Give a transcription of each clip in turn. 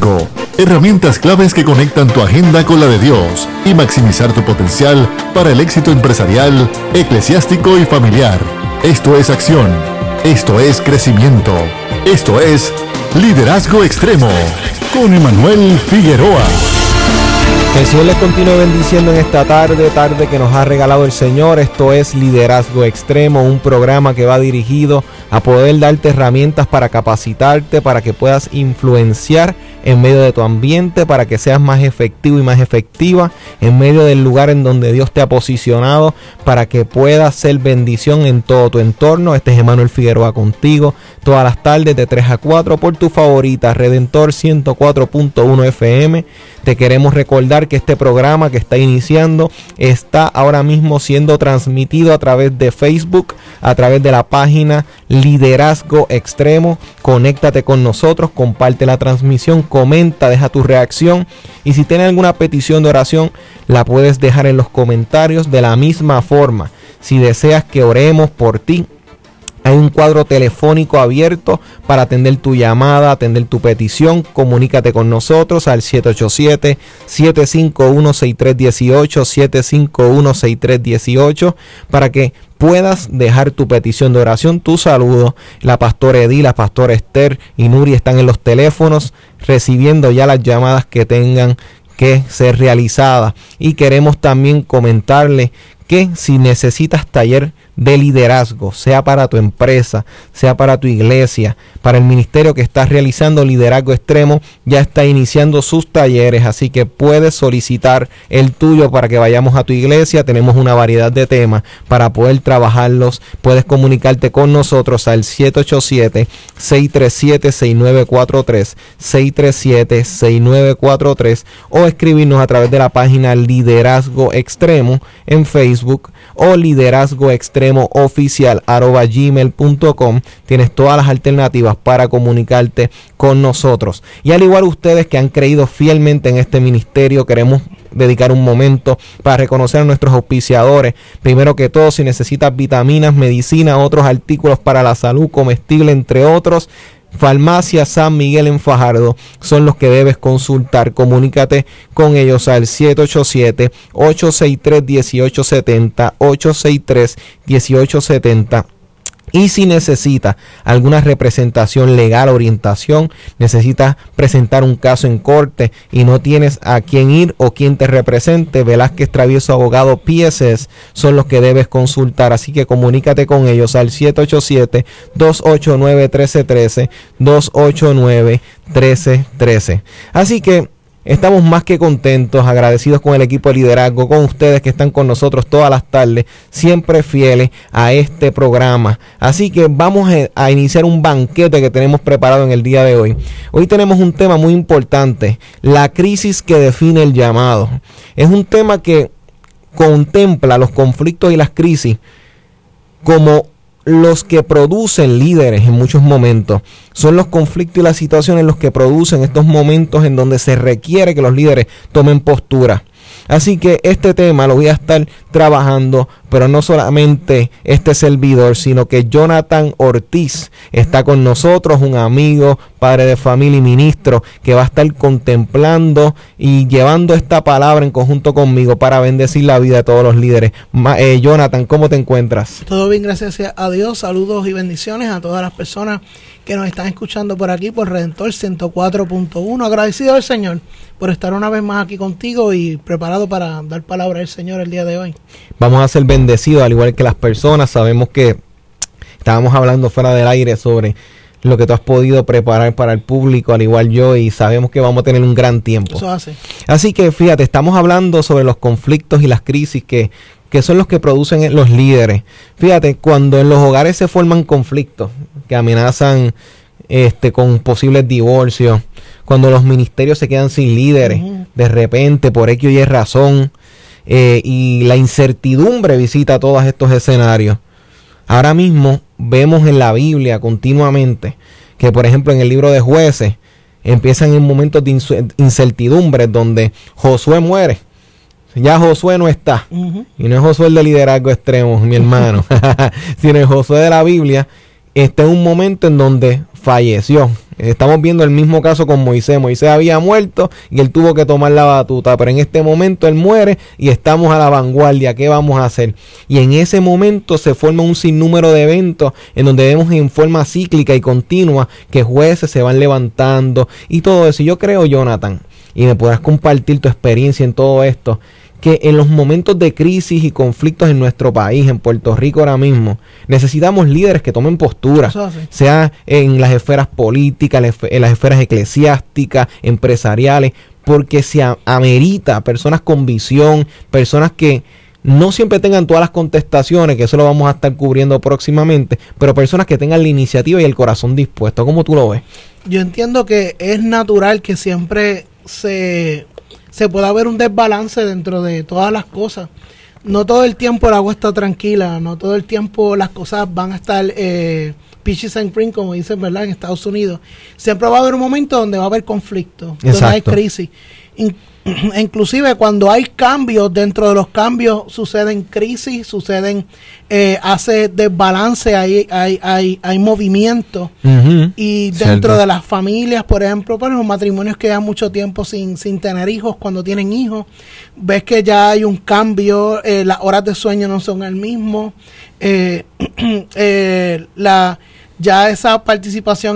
Extremo. Herramientas claves que conectan tu agenda con la de Dios y maximizar tu potencial para el éxito empresarial, eclesiástico y familiar. Esto es acción. Esto es crecimiento. Esto es Liderazgo Extremo con Emanuel Figueroa. Jesús les continúe bendiciendo en esta tarde que nos ha regalado el Señor. Esto es Liderazgo Extremo, un programa que va dirigido a poder darte herramientas para capacitarte, para que puedas influenciar en medio de tu ambiente, para que seas más efectivo y más efectiva en medio del lugar en donde Dios te ha posicionado, para que puedas ser bendición en todo tu entorno. Este es Emanuel Figueroa contigo todas las tardes de 3 a 4 por tu favorita Redentor 104.1 FM. Te queremos recordar que este programa que está iniciando está ahora mismo siendo transmitido a través de Facebook, a través de la página Liderazgo Extremo. Conéctate con nosotros, comparte la transmisión, comenta, deja tu reacción y si tienes alguna petición de oración la puedes dejar en los comentarios. De la misma forma, si deseas que oremos por ti, hay un cuadro telefónico abierto para atender tu llamada, atender tu petición. Comunícate con nosotros al 787-751-6318, 751-6318, para que puedas dejar tu petición de oración, tu saludo. La pastora Edith, la pastora Esther y Nuri están en los teléfonos recibiendo ya las llamadas que tengan que ser realizadas. Y queremos también comentarle que si necesitas taller de liderazgo, sea para tu empresa, sea para tu iglesia, para el ministerio que estás realizando, Liderazgo Extremo ya está iniciando sus talleres, así que puedes solicitar el tuyo para que vayamos a tu iglesia. Tenemos una variedad de temas para poder trabajarlos. Puedes comunicarte con nosotros al 787-637-6943, 637-6943, o escribirnos a través de la página Liderazgo Extremo en Facebook o Liderazgo Extremo Oficial @gmail.com. Tienes todas las alternativas para comunicarte con nosotros. Y al igual ustedes que han creído fielmente en este ministerio, queremos dedicar un momento para reconocer a nuestros auspiciadores. Primero que todo, si necesitas vitaminas, medicina, otros artículos para la salud, comestible, entre otros, Farmacia San Miguel en Fajardo son los que debes consultar. Comunícate con ellos al 787-863-1870, 863-1870. Y si necesitas alguna representación legal, orientación, necesitas presentar un caso en corte y no tienes a quién ir o quién te represente, Velázquez Travieso Abogado PSS son los que debes consultar. Así que comunícate con ellos al 787-289-1313, 289-1313. Así que estamos más que contentos, agradecidos con el equipo de liderazgo, con ustedes que están con nosotros todas las tardes, siempre fieles a este programa. Así que vamos a iniciar un banquete que tenemos preparado en el día de hoy. Hoy tenemos un tema muy importante, la crisis que define el llamado. Es un tema que contempla los conflictos y las crisis como los que producen líderes en muchos momentos. Son los conflictos y las situaciones los que producen estos momentos en donde se requiere que los líderes tomen postura. Así que este tema lo voy a estar trabajando, pero no solamente este servidor, sino que Jonathan Ortiz está con nosotros, un amigo, padre de familia y ministro, que va a estar contemplando y llevando esta palabra en conjunto conmigo para bendecir la vida de todos los líderes. Jonathan, ¿cómo te encuentras? Todo bien, gracias a Dios. Saludos y bendiciones a todas las personas que nos están escuchando por aquí, por Redentor 104.1. Agradecido al Señor por estar una vez más aquí contigo y preparado para dar palabra al Señor el día de hoy. Vamos a ser bendecidos, al igual que las personas. Sabemos que estábamos hablando fuera del aire sobre lo que tú has podido preparar para el público, al igual yo, y sabemos que vamos a tener un gran tiempo. Eso hace. Así que fíjate, estamos hablando sobre los conflictos y las crisis que son los que producen los líderes. Fíjate, cuando en los hogares se forman conflictos que amenazan con posibles divorcios, cuando los ministerios se quedan sin líderes, de repente, por X o Y razón, y la incertidumbre visita todos estos escenarios. Ahora mismo vemos en la Biblia continuamente que, por ejemplo, en el libro de Jueces, empiezan en momentos de incertidumbre donde Josué muere. Ya Josué no está. Y no es Josué el de Liderazgo Extremo, mi hermano, sino el Josué de la Biblia está en un momento en donde falleció. Estamos viendo el mismo caso con Moisés. Moisés había muerto y él tuvo que tomar la batuta, pero en este momento él muere y estamos a la vanguardia. ¿Qué vamos a hacer? Y en ese momento se forma un sinnúmero de eventos en donde vemos en forma cíclica y continua que jueces se van levantando y todo eso. Y yo creo, Jonathan, y me podrás compartir tu experiencia en todo esto, que en los momentos de crisis y conflictos en nuestro país, en Puerto Rico ahora mismo, necesitamos líderes que tomen postura, sea en las esferas políticas, en las esferas eclesiásticas, empresariales, porque se amerita personas con visión, personas que no siempre tengan todas las contestaciones, que eso lo vamos a estar cubriendo próximamente, pero personas que tengan la iniciativa y el corazón dispuesto. ¿Cómo tú lo ves? Yo entiendo que es natural que siempre se pueda haber un desbalance dentro de todas las cosas. No todo el tiempo el agua está tranquila, no todo el tiempo las cosas van a estar peaches and cream, como dicen, ¿verdad? En Estados Unidos. Siempre va a haber un momento donde va a haber conflicto, donde hay crisis. Inclusive cuando hay cambios, dentro de los cambios suceden crisis, hace desbalance, hay movimiento. Y dentro de las familias, por ejemplo, los matrimonios que llevan mucho tiempo sin tener hijos, cuando tienen hijos, ves que ya hay un cambio, las horas de sueño no son el mismo, ya esa participación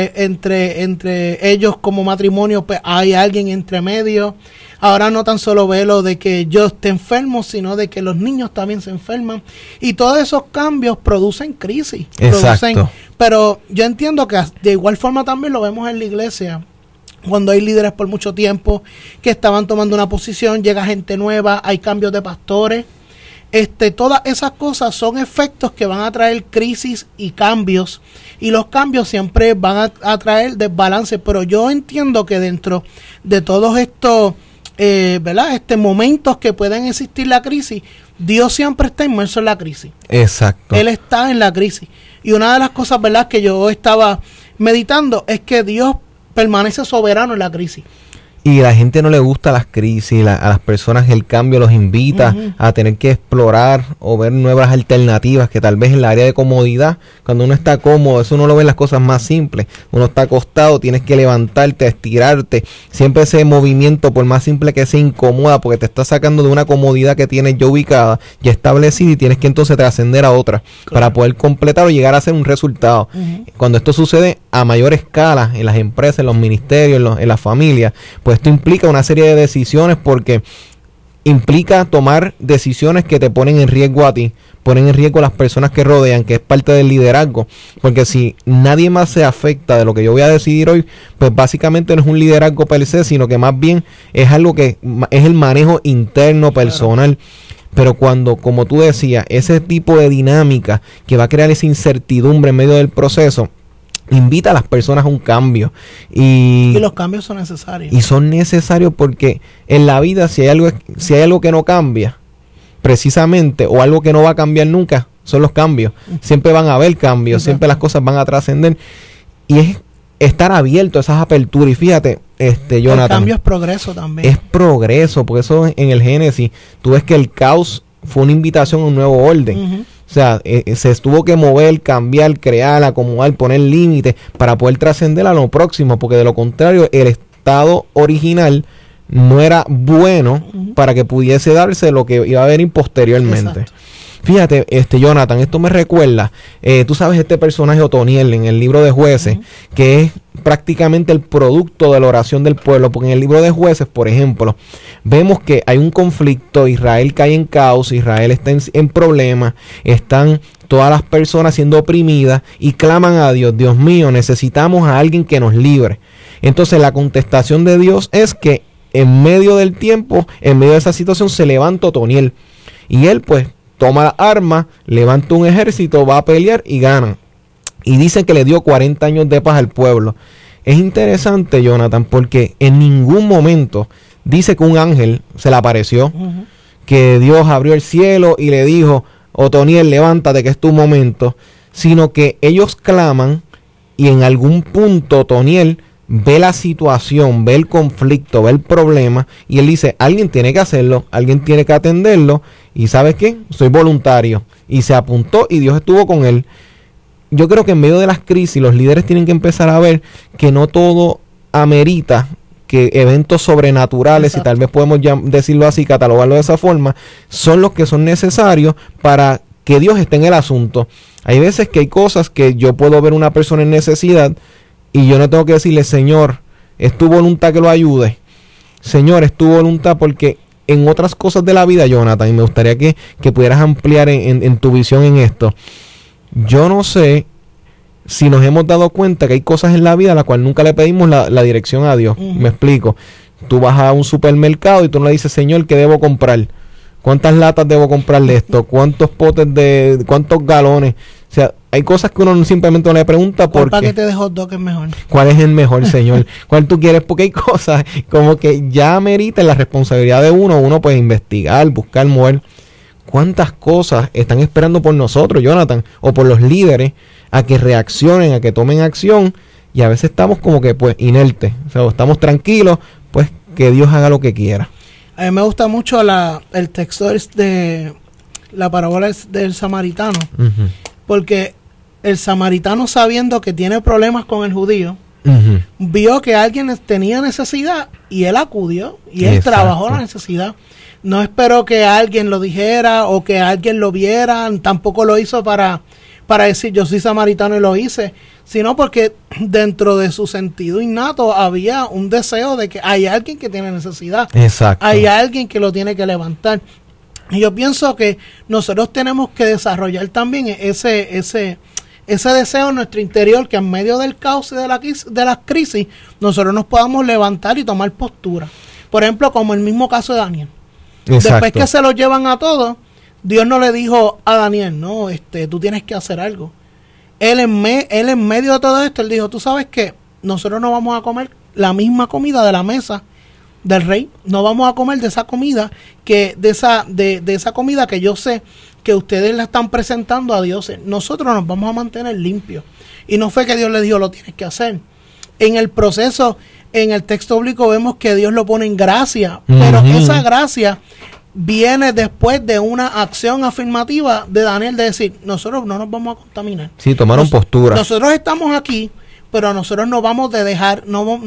entre ellos como matrimonio, pues hay alguien entre medio. Ahora no tan solo ve lo de que yo esté enfermo, sino de que los niños también se enferman. Y todos esos cambios producen crisis. Pero yo entiendo que de igual forma también lo vemos en la iglesia. Cuando hay líderes por mucho tiempo que estaban tomando una posición, llega gente nueva, hay cambios de pastores. Todas esas cosas son efectos que van a traer crisis y cambios, y los cambios siempre van a traer desbalance, pero yo entiendo que dentro de todos estos ¿verdad? Momentos que pueden existir la crisis, Dios siempre está inmerso en la crisis. Exacto. Él está en la crisis, y una de las cosas, ¿verdad?, que yo estaba meditando es que Dios permanece soberano en la crisis. Y a la gente no le gusta las crisis, a las personas el cambio los invita a tener que explorar o ver nuevas alternativas, que tal vez en la área de comodidad, cuando uno está cómodo, eso uno lo ve en las cosas más simples. Uno está acostado, tienes que levantarte, estirarte. Siempre ese movimiento, por más simple que sea, incomoda, porque te está sacando de una comodidad que tienes ya ubicada, ya establecida, y tienes que entonces trascender a otra para poder completar o llegar a hacer un resultado. Cuando esto sucede a mayor escala en las empresas, en los ministerios, en las familias, pues esto implica una serie de decisiones, porque implica tomar decisiones que te ponen en riesgo a ti, ponen en riesgo a las personas que rodean, que es parte del liderazgo, porque si nadie más se afecta de lo que yo voy a decidir hoy, pues básicamente no es un liderazgo per se, sino que más bien es algo que es el manejo interno, personal. Pero cuando, como tú decías, ese tipo de dinámica que va a crear esa incertidumbre en medio del proceso, invita a las personas a un cambio, y los cambios son necesarios. Y son necesarios porque en la vida, si hay algo que no cambia, precisamente, o algo que no va a cambiar nunca, son los cambios. Siempre van a haber cambios, siempre las cosas van a trascender, y es estar abierto a esas aperturas. Y fíjate, Jonathan, el cambio es progreso también. Es progreso, porque eso en el Génesis, tú ves que el caos fue una invitación a un nuevo orden. O sea, se tuvo que mover, cambiar, crear, acomodar, poner límites para poder trascender a lo próximo, porque de lo contrario el estado original no era bueno para que pudiese darse lo que iba a venir posteriormente. Exacto. Fíjate, Jonathan, esto me recuerda, tú sabes este personaje Otoniel en el libro de Jueces, que es prácticamente el producto de la oración del pueblo, porque en el libro de Jueces, por ejemplo, vemos que hay un conflicto, Israel cae en caos, Israel está en problemas, están todas las personas siendo oprimidas y claman a Dios: Dios mío, necesitamos a alguien que nos libre. Entonces la contestación de Dios es que en medio del tiempo, en medio de esa situación, se levanta Otoniel, y él pues toma las armas, levanta un ejército, va a pelear y gana. Y dicen que le dio 40 años de paz al pueblo. Es interesante, Jonathan, porque en ningún momento dice que un ángel se le apareció, que Dios abrió el cielo y le dijo: Otoniel, levántate, que es tu momento. Sino que ellos claman, y en algún punto Otoniel ve la situación, ve el conflicto, ve el problema, y él dice: alguien tiene que hacerlo, alguien tiene que atenderlo, y ¿sabes qué? Soy voluntario. Y se apuntó, y Dios estuvo con él. yo creo que en medio de las crisis los líderes tienen que empezar a ver que no todo amerita que eventos sobrenaturales, Exacto. Y tal vez podemos decirlo así, catalogarlo de esa forma, son los que son necesarios para que Dios esté en el asunto. Hay veces que hay cosas que yo puedo ver una persona en necesidad y yo no tengo que decirle, Señor, es tu voluntad que lo ayude. Señor, es tu voluntad, porque en otras cosas de la vida, Jonathan, y me gustaría que pudieras ampliar en tu visión en esto. Yo no sé si nos hemos dado cuenta que hay cosas en la vida a las cuales nunca le pedimos la dirección a Dios. Me explico. Tú vas a un supermercado y tú no le dices, Señor, ¿qué debo comprar? ¿Cuántas latas debo comprar de esto? ¿Cuántos potes cuántos galones? O sea, hay cosas que uno simplemente no le pregunta porque... ¿Cuál paquete de hot dog es mejor? ¿Cuál es el mejor, Señor? ¿Cuál tú quieres? Porque hay cosas como que ya ameritan la responsabilidad de uno puede investigar, buscar, mover. ¿Cuántas cosas están esperando por nosotros, Jonathan? O por los líderes, a que reaccionen, a que tomen acción, y a veces estamos como que pues inertes, o sea, estamos tranquilos, pues que Dios haga lo que quiera. A mí me gusta mucho el texto de la parábola del samaritano, porque el samaritano, sabiendo que tiene problemas con el judío, vio que alguien tenía necesidad y él acudió y él trabajó la necesidad. No esperó que alguien lo dijera o que alguien lo viera, tampoco lo hizo para decir yo soy samaritano y lo hice, sino porque dentro de su sentido innato había un deseo de que hay alguien que tiene necesidad. Exacto. Hay alguien que lo tiene que levantar. Y yo pienso que nosotros tenemos que desarrollar también ese deseo en nuestro interior, que en medio del caos y de las crisis nosotros nos podamos levantar y tomar postura. Por ejemplo, como el mismo caso de Daniel. Exacto. Después que se lo llevan a todos, Dios no le dijo a Daniel, no, tú tienes que hacer algo. Él en medio de todo esto, él dijo, tú sabes que nosotros no vamos a comer la misma comida de la mesa del rey, no vamos a comer de esa comida de esa comida que yo sé que ustedes la están presentando a Dios. Nosotros nos vamos a mantener limpios. Y no fue que Dios le dijo, lo tienes que hacer. En el proceso, en el texto bíblico vemos que Dios lo pone en gracia, pero esa gracia viene después de una acción afirmativa de Daniel de decir, nosotros no nos vamos a contaminar. Sí, tomaron postura. Nosotros estamos aquí, pero nosotros no vamos a dejar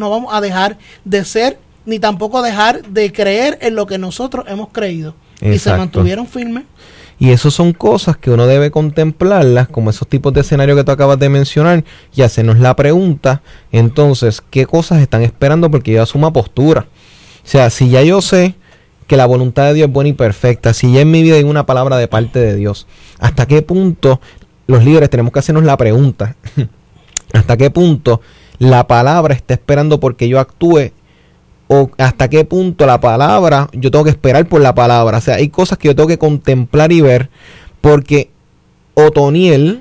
de ser, ni tampoco dejar de creer en lo que nosotros hemos creído. Exacto. Y se mantuvieron firmes. Y eso son cosas que uno debe contemplarlas, como esos tipos de escenarios que tú acabas de mencionar, y hacernos la pregunta, entonces, ¿qué cosas están esperando porque yo asuma postura? O sea, si ya yo sé que la voluntad de Dios es buena y perfecta, si ya en mi vida hay una palabra de parte de Dios, ¿hasta qué punto los líderes tenemos que hacernos la pregunta? ¿Hasta qué punto la palabra está esperando porque yo actúe? ¿O hasta qué punto la palabra, yo tengo que esperar por la palabra? O sea, hay cosas que yo tengo que contemplar y ver, porque Otoniel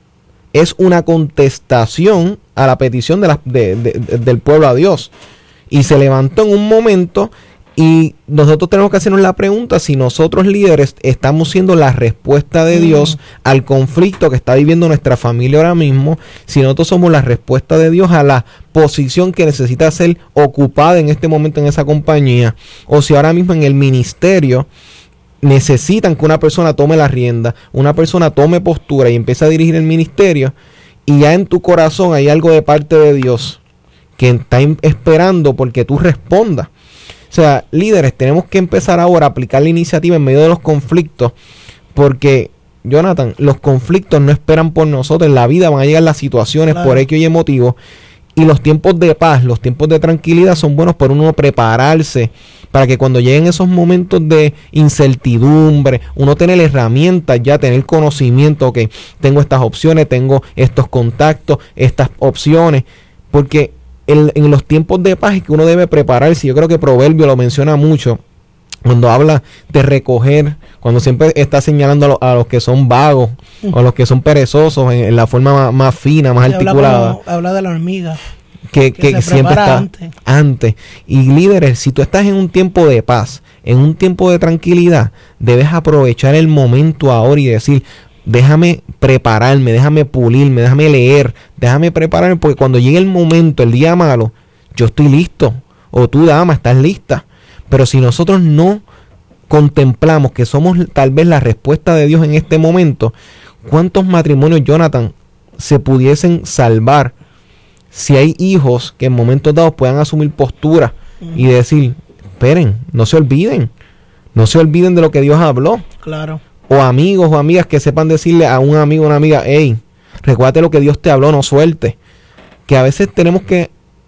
es una contestación a la petición del pueblo a Dios. Y se levantó en un momento, y nosotros tenemos que hacernos la pregunta si nosotros líderes estamos siendo la respuesta de Dios al conflicto que está viviendo nuestra familia ahora mismo, si nosotros somos la respuesta de Dios a la posición que necesita ser ocupada en este momento en esa compañía, o si ahora mismo en el ministerio necesitan que una persona tome la rienda, una persona tome postura y empiece a dirigir el ministerio, y ya en tu corazón hay algo de parte de Dios que está esperando porque tú respondas. O sea, líderes, tenemos que empezar ahora a aplicar la iniciativa en medio de los conflictos, porque, Jonathan, los conflictos no esperan por nosotros. En la vida van a llegar las situaciones por X y motivo, y los tiempos de paz, los tiempos de tranquilidad son buenos por uno prepararse, para que cuando lleguen esos momentos de incertidumbre, uno tener herramientas, ya tener conocimiento, que tengo estas opciones, tengo estos contactos, estas opciones, porque en los tiempos de paz es que uno debe prepararse. Yo creo que Proverbio lo menciona mucho cuando habla de recoger, cuando siempre está señalando a los que son vagos o a los que son perezosos en la forma más fina, más articulada. Habla de la hormiga que siempre está antes. Y líderes, si tú estás en un tiempo de paz, en un tiempo de tranquilidad, debes aprovechar el momento ahora y decir, déjame prepararme, déjame pulirme, déjame leer, déjame prepararme, porque cuando llegue el momento, el día malo, yo estoy listo, o tú, dama, estás lista. Pero si nosotros no contemplamos que somos tal vez la respuesta de Dios en este momento, ¿cuántos matrimonios, Jonathan, se pudiesen salvar si hay hijos que en momentos dados puedan asumir postura y decir, esperen, no se olviden de lo que Dios habló. Claro. O amigos o amigas que sepan decirle a un amigo o una amiga, hey, recuérdate lo que Dios te habló, no suelte. Que a veces tenemos que,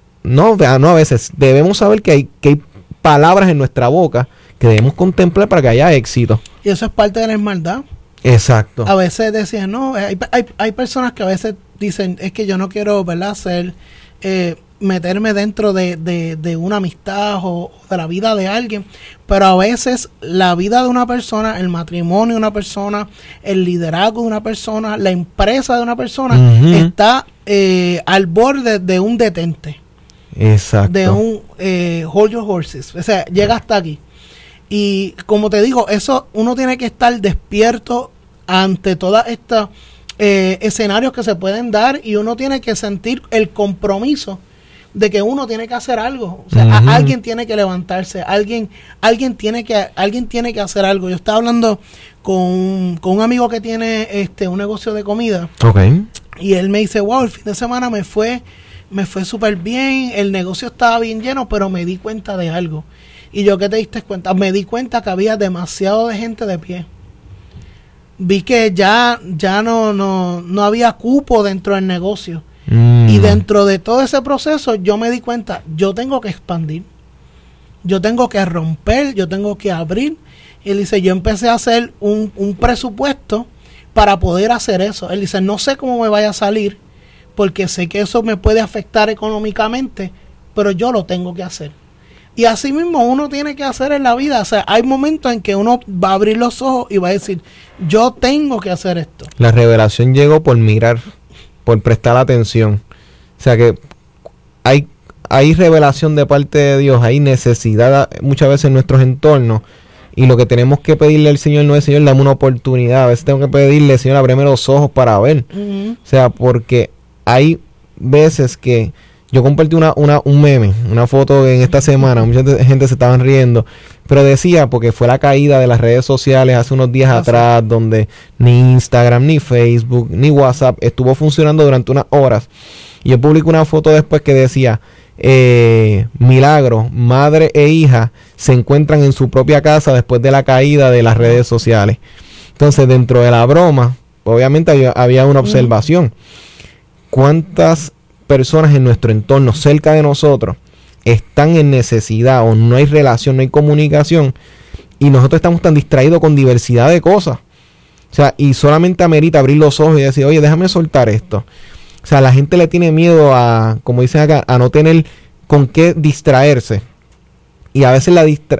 a veces, debemos saber que hay palabras en nuestra boca que debemos contemplar para que haya éxito. Y eso es parte de la hermandad. Exacto. A veces decían, no, hay personas que a veces dicen, es que yo no quiero, ¿verdad?, meterme dentro de una amistad o de la vida de alguien, pero a veces la vida de una persona, el matrimonio de una persona, el liderazgo de una persona, la empresa de una persona, está al borde de un detente. Exacto. De un hold your horses. O sea, llega hasta aquí. Y como te digo, eso uno tiene que estar despierto ante todas estas escenarios que se pueden dar, y uno tiene que sentir el compromiso de que uno tiene que hacer algo. O sea, alguien tiene que levantarse, alguien tiene que hacer algo. Yo estaba hablando con un amigo que tiene un negocio de comida. Okay. Y él me dice, wow, el fin de semana me fue súper bien, el negocio estaba bien lleno, pero me di cuenta de algo. Y yo, ¿qué te diste cuenta? Me di cuenta que había demasiado de gente de pie. Vi que ya no había cupo dentro del negocio. Y dentro de todo ese proceso yo me di cuenta, yo tengo que expandir, yo tengo que romper, yo tengo que abrir. Y él dice, yo empecé a hacer un presupuesto para poder hacer eso. Él dice, no sé cómo me vaya a salir, porque sé que eso me puede afectar económicamente, pero yo lo tengo que hacer. Y así mismo uno tiene que hacer en la vida. O sea, hay momentos en que uno va a abrir los ojos y va a decir, yo tengo que hacer esto. La revelación llegó por mirar, por prestar atención. O sea que hay revelación de parte de Dios, hay necesidad muchas veces en nuestros entornos, y lo que tenemos que pedirle al Señor no es, Señor, dame una oportunidad. A veces tengo que pedirle, Señor, ábreme los ojos para ver. O sea, porque hay veces que yo compartí un meme, una foto en esta semana, mucha gente se estaban riendo, pero decía, porque fue la caída de las redes sociales hace unos días atrás, donde ni Instagram, ni Facebook, ni WhatsApp estuvo funcionando durante unas horas. Y yo publiqué una foto después que decía, milagro, madre e hija se encuentran en su propia casa después de la caída de las redes sociales. Entonces, dentro de la broma, obviamente había una observación. ¿Cuántas personas en nuestro entorno, cerca de nosotros, están en necesidad, o no hay relación, no hay comunicación, y nosotros estamos tan distraídos con diversidad de cosas? O sea, y solamente amerita abrir los ojos y decir, oye, déjame soltar esto. O sea, la gente le tiene miedo a, como dicen acá, a no tener con qué distraerse. Y a veces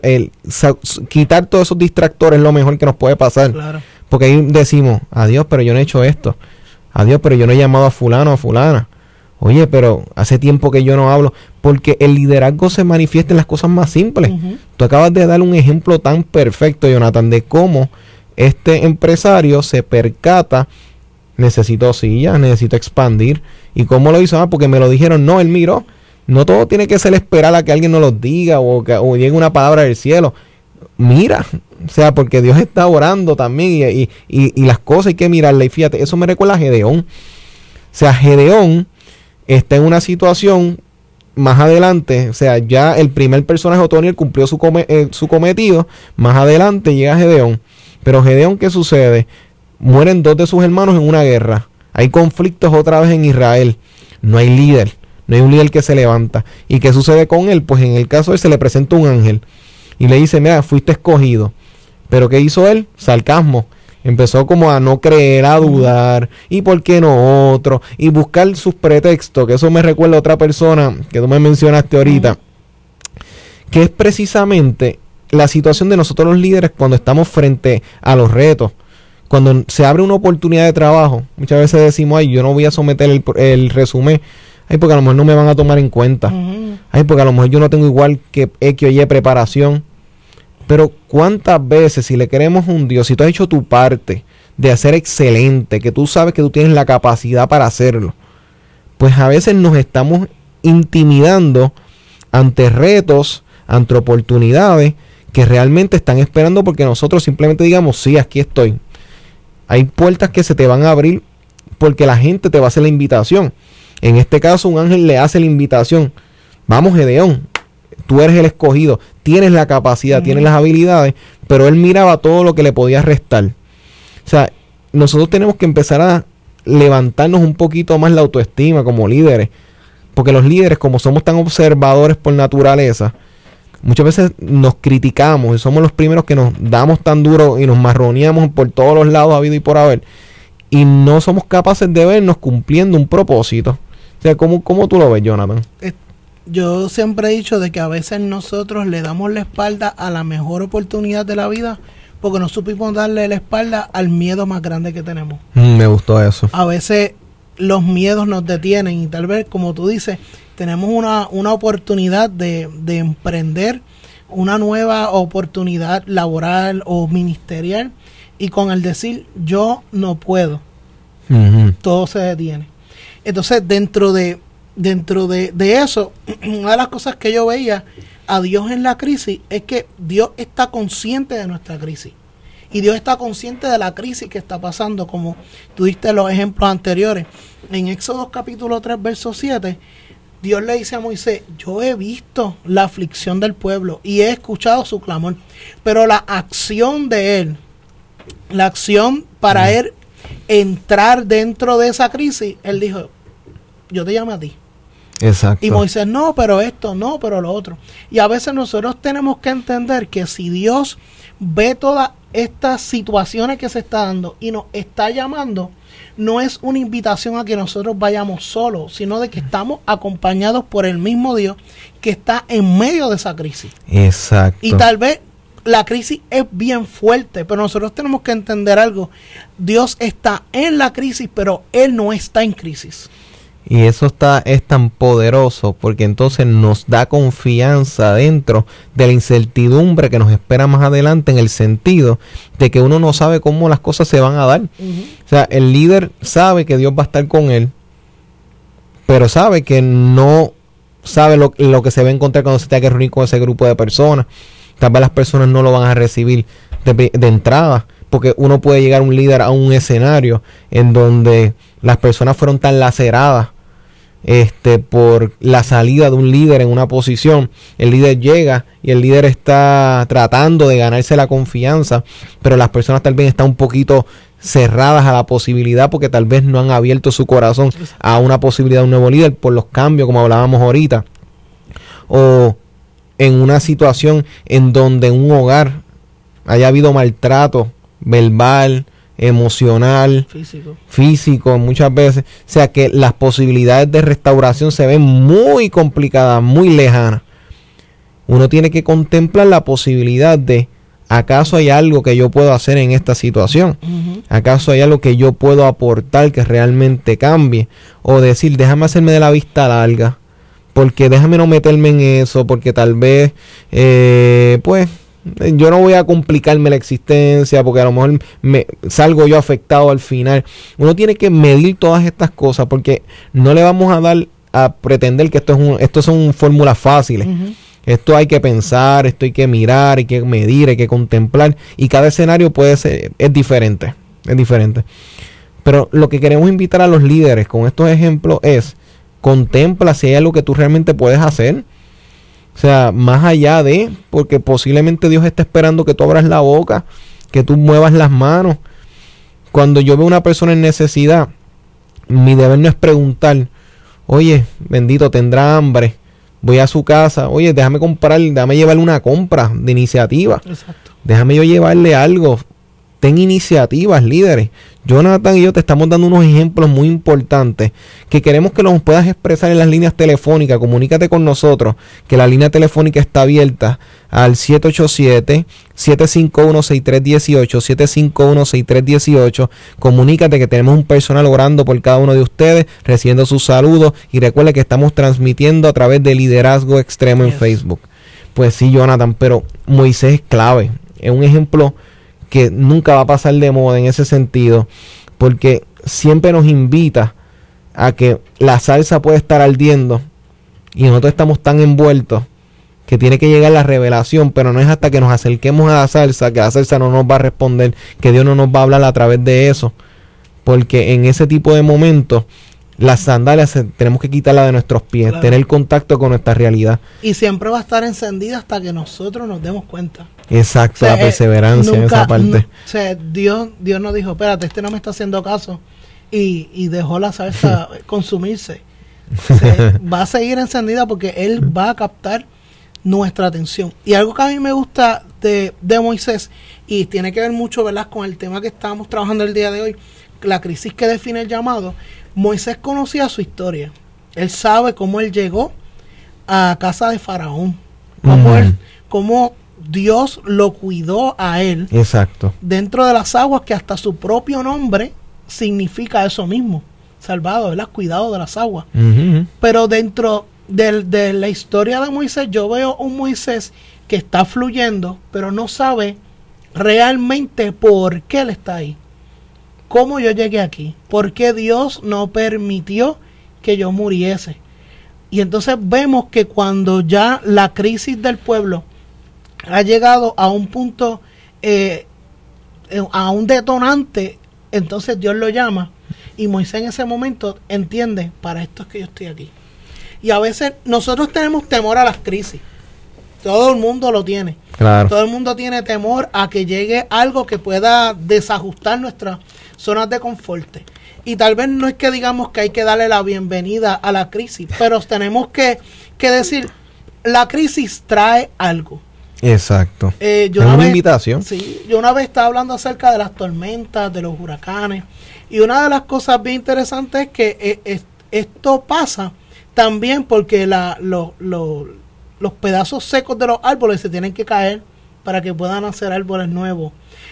quitar todos esos distractores es lo mejor que nos puede pasar. Claro. Porque ahí decimos, adiós, pero yo no he hecho esto. Adiós, pero yo no he llamado a fulano o a fulana. Oye, pero hace tiempo que yo no hablo. Porque el liderazgo se manifiesta en las cosas más simples. Tú acabas de dar un ejemplo tan perfecto, Jonathan, de cómo este empresario se percata, necesito sillas, necesito expandir. ¿Y cómo lo hizo? Porque me lo dijeron. No, él miró. No todo tiene que ser esperar a que alguien nos lo diga o llegue una palabra del cielo. Mira, o sea, porque Dios está orando también y las cosas hay que mirarlas. Y fíjate, eso me recuerda a Gedeón. O sea, Gedeón está en una situación más adelante. O sea, ya el primer personaje, Otoniel, cumplió su cometido. Más adelante llega Gedeón. Pero Gedeón, ¿qué sucede? Mueren 2 de sus hermanos en una guerra. Hay conflictos otra vez en Israel. No hay líder. No hay un líder que se levanta. ¿Y qué sucede con él? Pues en el caso de él se le presenta un ángel. Y le dice, mira, fuiste escogido. ¿Pero qué hizo él? Sarcasmo. Empezó como a no creer, a dudar. ¿Y por qué no otro? Y buscar sus pretextos. Que eso me recuerda a otra persona que tú me mencionaste ahorita. Que es precisamente la situación de nosotros los líderes cuando estamos frente a los retos. Cuando se abre una oportunidad de trabajo. Muchas veces decimos, ay, yo no voy a someter el resumen. Ay, porque a lo mejor no me van a tomar en cuenta. Ay, porque a lo mejor yo no tengo igual que X o Y preparación. Pero cuántas veces, si le queremos un Dios, si tú has hecho tu parte de hacer excelente, que tú sabes que tú tienes la capacidad para hacerlo, pues a veces nos estamos intimidando ante retos, ante oportunidades que realmente están esperando porque nosotros simplemente digamos, sí, aquí estoy. Hay puertas que se te van a abrir porque la gente te va a hacer la invitación. En este caso, un ángel le hace la invitación. Vamos, Gedeón, tú eres el escogido, tienes la capacidad, tienes las habilidades, pero él miraba todo lo que le podía restar. O sea, nosotros tenemos que empezar a levantarnos un poquito más la autoestima como líderes, porque los líderes, como somos tan observadores por naturaleza, muchas veces nos criticamos y somos los primeros que nos damos tan duro y nos marroneamos por todos los lados habido y por haber, y no somos capaces de vernos cumpliendo un propósito. O sea, ¿cómo tú lo ves, Jonathan? Yo siempre he dicho de que a veces nosotros le damos la espalda a la mejor oportunidad de la vida porque no supimos darle la espalda al miedo más grande que tenemos. Me gustó eso. A veces los miedos nos detienen y tal vez, como tú dices, tenemos una oportunidad de emprender una nueva oportunidad laboral o ministerial y con el decir yo no puedo, todo se detiene. Entonces dentro de eso, una de las cosas que yo veía a Dios en la crisis es que Dios está consciente de nuestra crisis y Dios está consciente de la crisis que está pasando, como tú diste los ejemplos anteriores. En Éxodo capítulo 3 verso 7, Dios le dice a Moisés, yo he visto la aflicción del pueblo y he escuchado su clamor, pero la acción de él, la acción para él entrar dentro de esa crisis, él dijo, yo te llamo a ti. Exacto. Y Moisés, no, pero esto, no, pero lo otro. Y a veces nosotros tenemos que entender que si Dios ve todas estas situaciones que se está dando y nos está llamando, no es una invitación a que nosotros vayamos solos, sino de que estamos acompañados por el mismo Dios que está en medio de esa crisis. Exacto. Y tal vez la crisis es bien fuerte, pero nosotros tenemos que entender algo. Dios está en la crisis, pero Él no está en crisis. Y eso es tan poderoso porque entonces nos da confianza dentro de la incertidumbre que nos espera más adelante, en el sentido de que uno no sabe cómo las cosas se van a dar. O sea, el líder sabe que Dios va a estar con él, pero sabe que no sabe lo que se va a encontrar cuando se tenga que reunir con ese grupo de personas. Tal vez las personas no lo van a recibir de entrada, porque uno puede llegar un líder a un escenario en donde las personas fueron tan laceradas por la salida de un líder en una posición. El líder llega y el líder está tratando de ganarse la confianza, pero las personas tal vez están un poquito cerradas a la posibilidad porque tal vez no han abierto su corazón a una posibilidad de un nuevo líder por los cambios, como hablábamos ahorita, o en una situación en donde en un hogar haya habido maltrato verbal, emocional, físico muchas veces. O sea que las posibilidades de restauración se ven muy complicadas, muy lejanas. Uno tiene que contemplar la posibilidad de, ¿acaso hay algo que yo puedo hacer en esta situación? ¿Acaso hay algo que yo puedo aportar que realmente cambie? O decir, déjame hacerme de la vista larga, porque déjame no meterme en eso, porque tal vez yo no voy a complicarme la existencia, porque a lo mejor salgo yo afectado al final. Uno tiene que medir todas estas cosas, porque no le vamos a dar a pretender que esto son fórmulas fáciles. Esto hay que pensar, esto hay que mirar, hay que medir, hay que contemplar, y cada escenario es diferente. Pero lo que queremos invitar a los líderes con estos ejemplos es, contempla si hay algo que tú realmente puedes hacer. O sea, más allá porque posiblemente Dios está esperando que tú abras la boca, que tú muevas las manos. Cuando yo veo una persona en necesidad, mi deber no es preguntar, oye, bendito, tendrá hambre, voy a su casa, oye, déjame llevarle una compra de iniciativa. Exacto. Déjame yo llevarle algo. Ten iniciativas, líderes. Jonathan y yo te estamos dando unos ejemplos muy importantes que queremos que los puedas expresar en las líneas telefónicas. Comunícate con nosotros, que la línea telefónica está abierta al 787-751-6318, 751-6318. Comunícate, que tenemos un personal orando por cada uno de ustedes, recibiendo sus saludos, y recuerda que estamos transmitiendo a través de Liderazgo Extremo en Facebook. Pues sí, Jonathan, pero Moisés es clave. Es un ejemplo que nunca va a pasar de moda en ese sentido, porque siempre nos invita a que la salsa puede estar ardiendo y nosotros estamos tan envueltos que tiene que llegar la revelación, pero no es hasta que nos acerquemos a la salsa que la salsa no nos va a responder, que Dios no nos va a hablar a través de eso. porque en ese tipo de momentos las sandalias tenemos que quitarlas de nuestros pies, claro, tener contacto con nuestra realidad. Y siempre va a estar encendida hasta que nosotros nos demos cuenta. Exacto, o sea, la perseverancia en esa parte. O sea, Dios nos dijo, espérate, no me está haciendo caso, y dejó la salsa consumirse. O sea, va a seguir encendida porque Él va a captar nuestra atención. Y algo que a mí me gusta de Moisés, y tiene que ver mucho, ¿verdad?, con el tema que estábamos trabajando el día de hoy, la crisis que define el llamado. Moisés conocía su historia. Él sabe cómo él llegó a casa de Faraón, cómo Dios lo cuidó a él. Exacto. Dentro de las aguas, que hasta su propio nombre significa eso mismo, salvado, ¿verdad?, cuidado de las aguas. Pero dentro de la historia de Moisés, yo veo un Moisés que está fluyendo, pero no sabe realmente por qué él está ahí. ¿Cómo yo llegué aquí? ¿Por qué Dios no permitió que yo muriese? Y entonces vemos que cuando ya la crisis del pueblo ha llegado a un punto, a un detonante, entonces Dios lo llama, y Moisés en ese momento entiende, para esto es que yo estoy aquí. Y a veces nosotros tenemos temor a las crisis. Todo el mundo lo tiene. Claro. Todo el mundo tiene temor a que llegue algo que pueda desajustar nuestras zonas de confort. Y tal vez no es que digamos que hay que darle la bienvenida a la crisis, pero tenemos que decir, la crisis trae algo. Exacto. Es una invitación. Sí, yo una vez estaba hablando acerca de las tormentas, de los huracanes, y una de las cosas bien interesantes es que esto pasa también porque los pedazos secos de los árboles se tienen que caer para que puedan hacer árboles nuevos.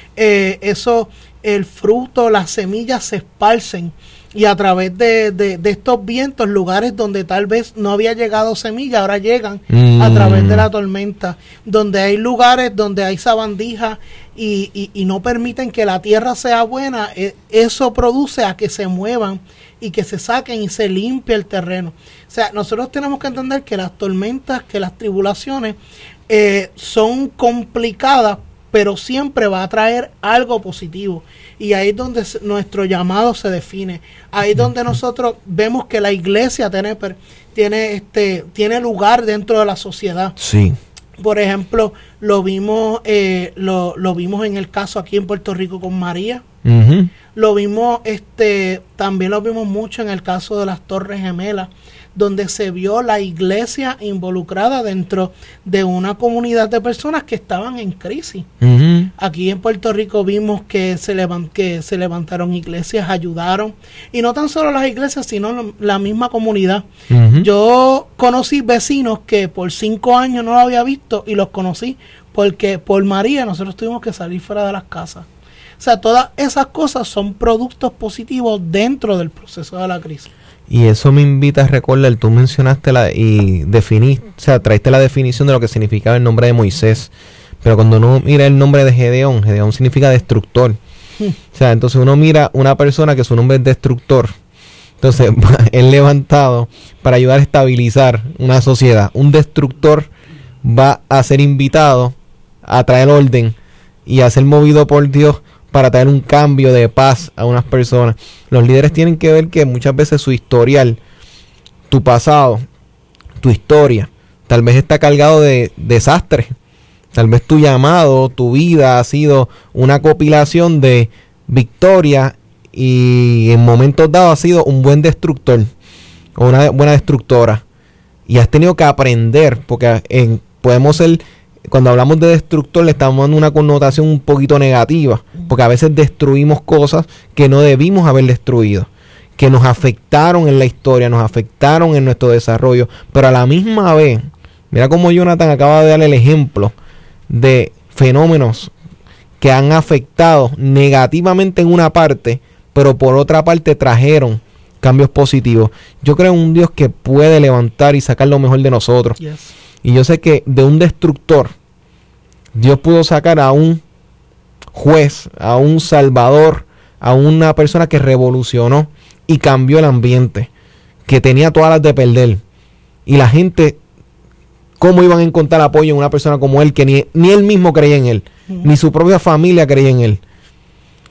El fruto, las semillas se esparcen, y a través de estos vientos, lugares donde tal vez no había llegado semilla, ahora llegan a través de la tormenta. Donde hay lugares donde hay sabandijas y no permiten que la tierra sea buena, eso produce a que se muevan y que se saquen y se limpie el terreno. O sea, nosotros tenemos que entender que las tormentas, que las tribulaciones son complicadas, pero siempre va a traer algo positivo. Y ahí es donde nuestro llamado se define. Ahí es donde nosotros vemos que la iglesia tiene lugar dentro de la sociedad. Sí. Por ejemplo, lo vimos en el caso aquí en Puerto Rico con María. Lo vimos, también lo vimos mucho en el caso de las Torres Gemelas, donde se vio la iglesia involucrada dentro de una comunidad de personas que estaban en crisis. Aquí en Puerto Rico vimos que se levantaron iglesias, ayudaron, y no tan solo las iglesias, sino la misma comunidad. Yo conocí vecinos que por 5 años no lo había visto, y los conocí porque por María nosotros tuvimos que salir fuera de las casas. O sea, todas esas cosas son productos positivos dentro del proceso de la crisis. Y eso me invita a recordar, tú mencionaste traiste la definición de lo que significaba el nombre de Moisés, pero cuando uno mira el nombre de Gedeón significa destructor. O sea, entonces uno mira una persona que su nombre es destructor, entonces es levantado para ayudar a estabilizar una sociedad. Un destructor va a ser invitado a traer orden y a ser movido por Dios para traer un cambio de paz a unas personas. Los líderes tienen que ver que muchas veces su historial, tu pasado, tu historia, tal vez está cargado de desastres. Tal vez tu llamado, tu vida ha sido una compilación de victoria, y en momentos dados ha sido un buen destructor o una buena destructora. Y has tenido que aprender, porque podemos ser... Cuando hablamos de destructor, le estamos dando una connotación un poquito negativa, porque a veces destruimos cosas que no debimos haber destruido, que nos afectaron en la historia, nos afectaron en nuestro desarrollo, pero a la misma vez, mira cómo Jonathan acaba de dar el ejemplo de fenómenos que han afectado negativamente en una parte, pero por otra parte trajeron cambios positivos. Yo creo en un Dios que puede levantar y sacar lo mejor de nosotros. Yes. Y yo sé que de un destructor, Dios pudo sacar a un juez, a un salvador, a una persona que revolucionó y cambió el ambiente, que tenía todas las de perder. Y la gente, ¿cómo iban a encontrar apoyo en una persona como él, que ni él mismo creía en él, ni su propia familia creía en él?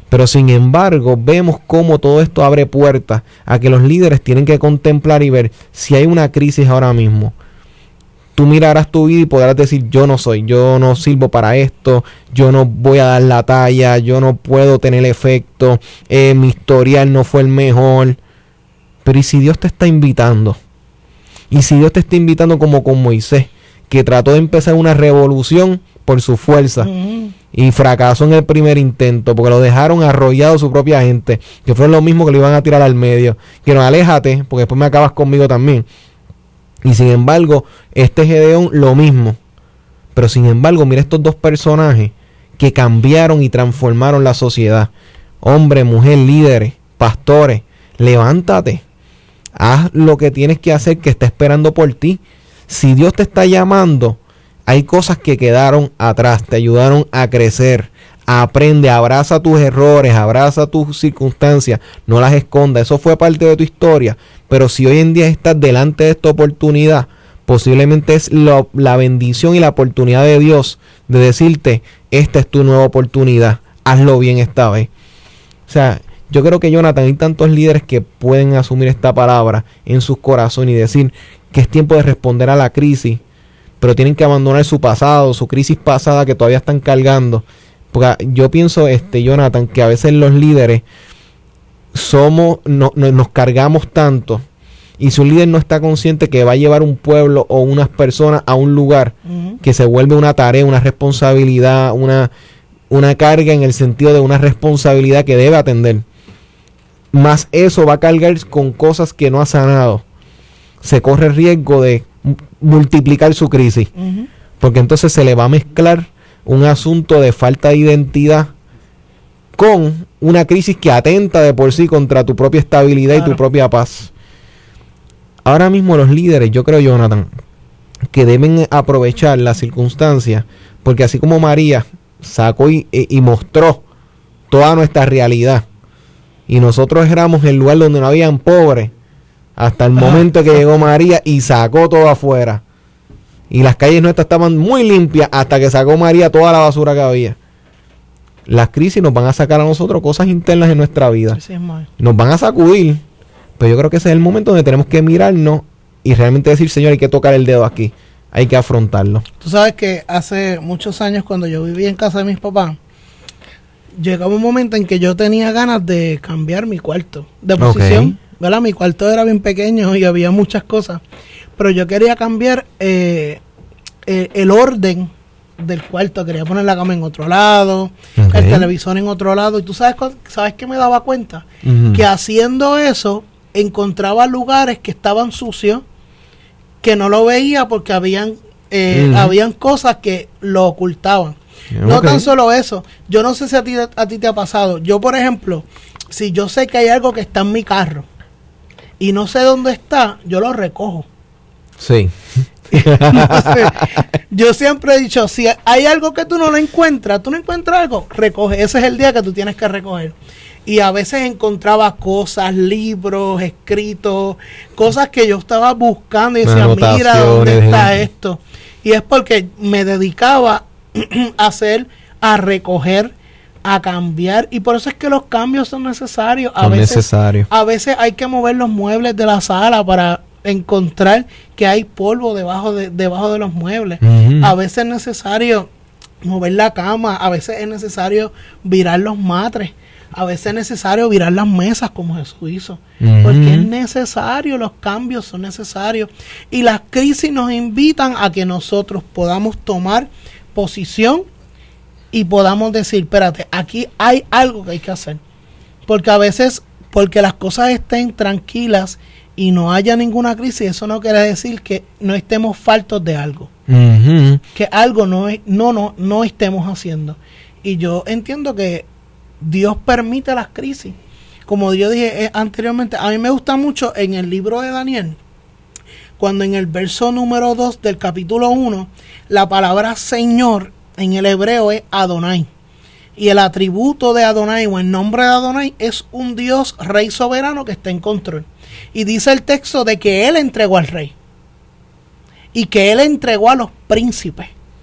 Pero sin embargo, vemos cómo todo esto abre puertas a que los líderes tienen que contemplar y ver si hay una crisis ahora mismo. Tú mirarás tu vida y podrás decir, yo no sirvo para esto, yo no voy a dar la talla, yo no puedo tener efecto, mi historial no fue el mejor. Pero ¿y si Dios te está invitando? ¿Y si Dios te está invitando como con Moisés, que trató de empezar una revolución por su fuerza y fracasó en el primer intento porque lo dejaron arrollado su propia gente, que fue lo mismo que le iban a tirar al medio, que no, aléjate porque después me acabas conmigo también? Y sin embargo, este Gedeón lo mismo. Pero sin embargo, mira estos dos personajes que cambiaron y transformaron la sociedad. Hombre, mujer, líderes, pastores, levántate. Haz lo que tienes que hacer, que está esperando por ti. Si Dios te está llamando, hay cosas que quedaron atrás, te ayudaron a crecer. Aprende, abraza tus errores, abraza tus circunstancias, no las escondas. Eso fue parte de tu historia. Pero si hoy en día estás delante de esta oportunidad, posiblemente es la bendición y la oportunidad de Dios de decirte, esta es tu nueva oportunidad, hazlo bien esta vez. O sea, yo creo que, Jonathan, hay tantos líderes que pueden asumir esta palabra en sus corazones y decir que es tiempo de responder a la crisis, pero tienen que abandonar su pasado, su crisis pasada que todavía están cargando. Porque yo pienso, Jonathan, que a veces los líderes nos cargamos tanto, y si un líder no está consciente que va a llevar un pueblo o unas personas a un lugar que se vuelve una tarea, una responsabilidad, una carga en el sentido de una responsabilidad que debe atender, más eso va a cargar con cosas que no ha sanado, se corre el riesgo de multiplicar su crisis, porque entonces se le va a mezclar un asunto de falta de identidad con una crisis que atenta de por sí contra tu propia estabilidad y tu propia paz. Ahora mismo los líderes, yo creo, Jonathan, que deben aprovechar las circunstancias, porque así como María sacó y mostró toda nuestra realidad, y nosotros éramos el lugar donde no habían pobres, hasta el momento que llegó María y sacó todo afuera. Y las calles nuestras estaban muy limpias hasta que sacó María toda la basura que había. Las crisis nos van a sacar a nosotros cosas internas en nuestra vida. Nos van a sacudir. Pero yo creo que ese es el momento donde tenemos que mirarnos y realmente decir, Señor, hay que tocar el dedo aquí. Hay que afrontarlo. Tú sabes que hace muchos años, cuando yo vivía en casa de mis papás, llegaba un momento en que yo tenía ganas de cambiar mi cuarto de posición. ¿Verdad? Mi cuarto era bien pequeño y había muchas cosas. Pero yo quería cambiar el orden del cuarto. Quería poner la cama en otro lado, el televisor en otro lado. Y tú sabes que me daba cuenta que haciendo eso encontraba lugares que estaban sucios, que no lo veía porque habían cosas que lo ocultaban. No tan solo eso. Yo no sé si a ti te ha pasado. Yo, por ejemplo, si yo sé que hay algo que está en mi carro y no sé dónde está, yo lo recojo. Sí. Entonces, yo siempre he dicho, si hay algo que tú no encuentras algo, recoge. Ese es el día que tú tienes que recoger. Y a veces encontraba cosas, libros, escritos, cosas que yo estaba buscando y decía, mira, ¿dónde está esto? Y es porque me dedicaba a recoger, a cambiar, y por eso es que los cambios son necesarios. A veces hay que mover los muebles de la sala para encontrar que hay polvo debajo de los muebles. A veces es necesario mover la cama, a veces es necesario virar los matres, a veces es necesario virar las mesas como Jesús hizo, porque es necesario, los cambios son necesarios, y las crisis nos invitan a que nosotros podamos tomar posición y podamos decir, espérate, aquí hay algo que hay que hacer, porque a veces, porque las cosas estén tranquilas y no haya ninguna crisis, eso no quiere decir que no estemos faltos de algo, que algo no estemos haciendo. Y yo entiendo que Dios permite las crisis, como yo dije anteriormente. A mí me gusta mucho en el libro de Daniel, cuando en el verso número 2 del capítulo 1, la palabra Señor en el hebreo es Adonai, y el atributo de Adonai o el nombre de Adonai es un Dios rey soberano que está en control. Y dice el texto de que Él entregó al rey y que Él entregó a los príncipes.